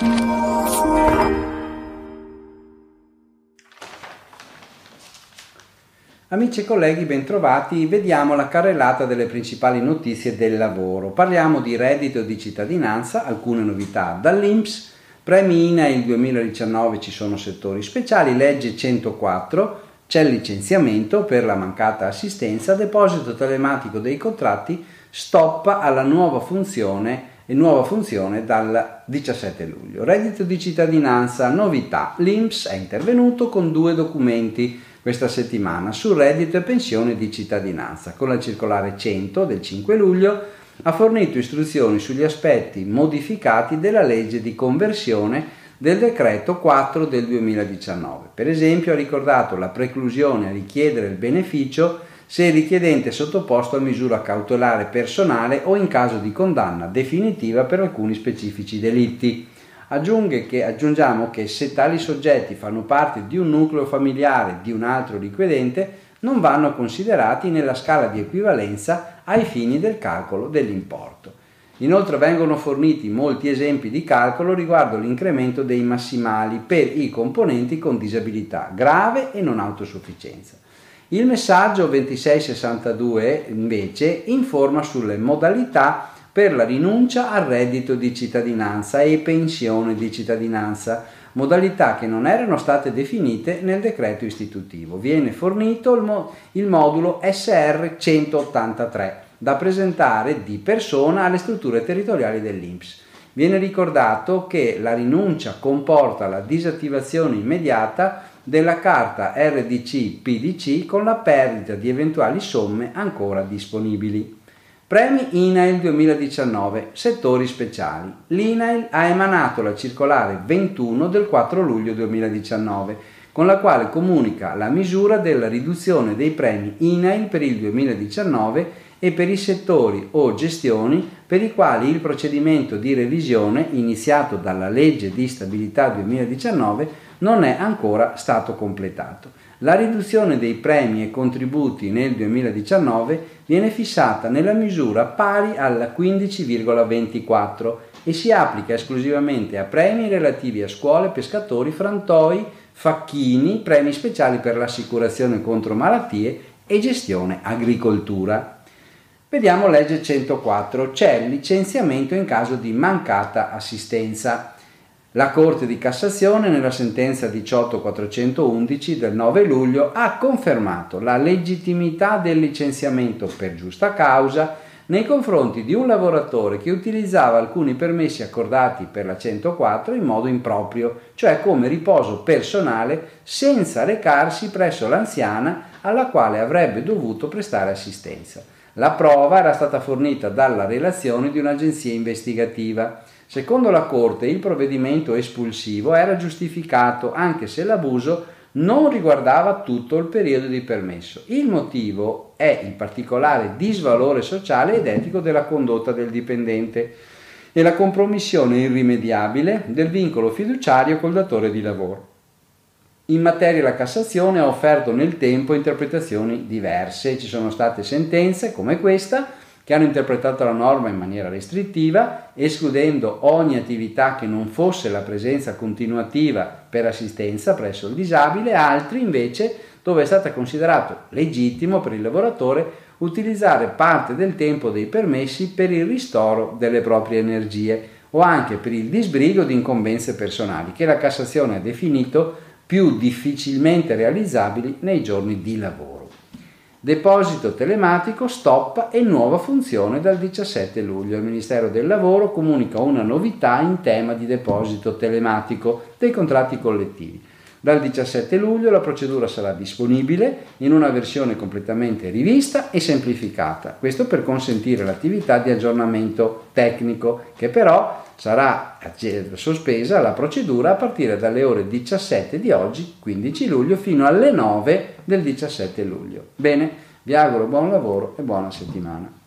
Amici e colleghi, bentrovati. Vediamo la carrellata delle principali notizie del lavoro. Parliamo di reddito di cittadinanza, alcune novità dall'INPS, premi INAIL 2019, ci sono settori speciali, legge 104, c'è il licenziamento per la mancata assistenza, deposito telematico dei contratti, stop alla nuova funzione dal 17 luglio. Reddito di cittadinanza, novità, l'INPS è intervenuto con 2 documenti questa settimana su reddito e pensione di cittadinanza. Con la circolare 100 del 5 luglio ha fornito istruzioni sugli aspetti modificati della legge di conversione del decreto 4 del 2019. Per esempio ha ricordato la preclusione a richiedere il beneficio se il richiedente è sottoposto a misura cautelare personale o in caso di condanna definitiva per alcuni specifici delitti. Aggiungiamo che se tali soggetti fanno parte di un nucleo familiare di un altro richiedente, non vanno considerati nella scala di equivalenza ai fini del calcolo dell'importo. Inoltre vengono forniti molti esempi di calcolo riguardo l'incremento dei massimali per i componenti con disabilità grave e non autosufficienza. Il messaggio 2662 invece informa sulle modalità per la rinuncia al reddito di cittadinanza e pensione di cittadinanza, modalità che non erano state definite nel decreto istitutivo. Viene fornito il modulo SR 183 da presentare di persona alle strutture territoriali dell'INPS. Viene ricordato che la rinuncia comporta la disattivazione immediata della carta RDC-PDC con la perdita di eventuali somme ancora disponibili. Premi INAIL 2019, settori speciali. L'INAIL ha emanato la circolare 21 del 4 luglio 2019, con la quale comunica la misura della riduzione dei premi INAIL per il 2019 e per i settori o gestioni per i quali il procedimento di revisione iniziato dalla legge di stabilità 2019 non è ancora stato completato. La riduzione dei premi e contributi nel 2019 viene fissata nella misura pari al 15,24 e si applica esclusivamente a premi relativi a scuole, pescatori, frantoi, facchini, premi speciali per l'assicurazione contro malattie e gestione agricoltura. Vediamo legge 104, c'è il licenziamento in caso di mancata assistenza. La Corte di Cassazione, nella sentenza 18411 del 9 luglio, ha confermato la legittimità del licenziamento per giusta causa nei confronti di un lavoratore che utilizzava alcuni permessi accordati per la 104 in modo improprio, cioè come riposo personale senza recarsi presso l'anziana alla quale avrebbe dovuto prestare assistenza. La prova era stata fornita dalla relazione di un'agenzia investigativa. Secondo la Corte, il provvedimento espulsivo era giustificato anche se l'abuso non riguardava tutto il periodo di permesso. Il motivo è il particolare disvalore sociale ed etico della condotta del dipendente e la compromissione irrimediabile del vincolo fiduciario col datore di lavoro. In materia la Cassazione ha offerto nel tempo interpretazioni diverse. Ci sono state sentenze come questa che hanno interpretato la norma in maniera restrittiva, escludendo ogni attività che non fosse la presenza continuativa per assistenza presso il disabile, altri invece dove è stato considerato legittimo per il lavoratore utilizzare parte del tempo dei permessi per il ristoro delle proprie energie o anche per il disbrigo di incombenze personali, che la Cassazione ha definito più difficilmente realizzabili nei giorni di lavoro. Deposito telematico, stop e nuova funzione dal 17 luglio. Il Ministero del Lavoro comunica una novità in tema di deposito telematico dei contratti collettivi. Dal 17 luglio la procedura sarà disponibile in una versione completamente rivista e semplificata. Questo per consentire l'attività di aggiornamento tecnico, che però sarà sospesa la procedura a partire dalle ore 17 di oggi, 15 luglio, fino alle 9 del 17 luglio. Bene, vi auguro buon lavoro e buona settimana.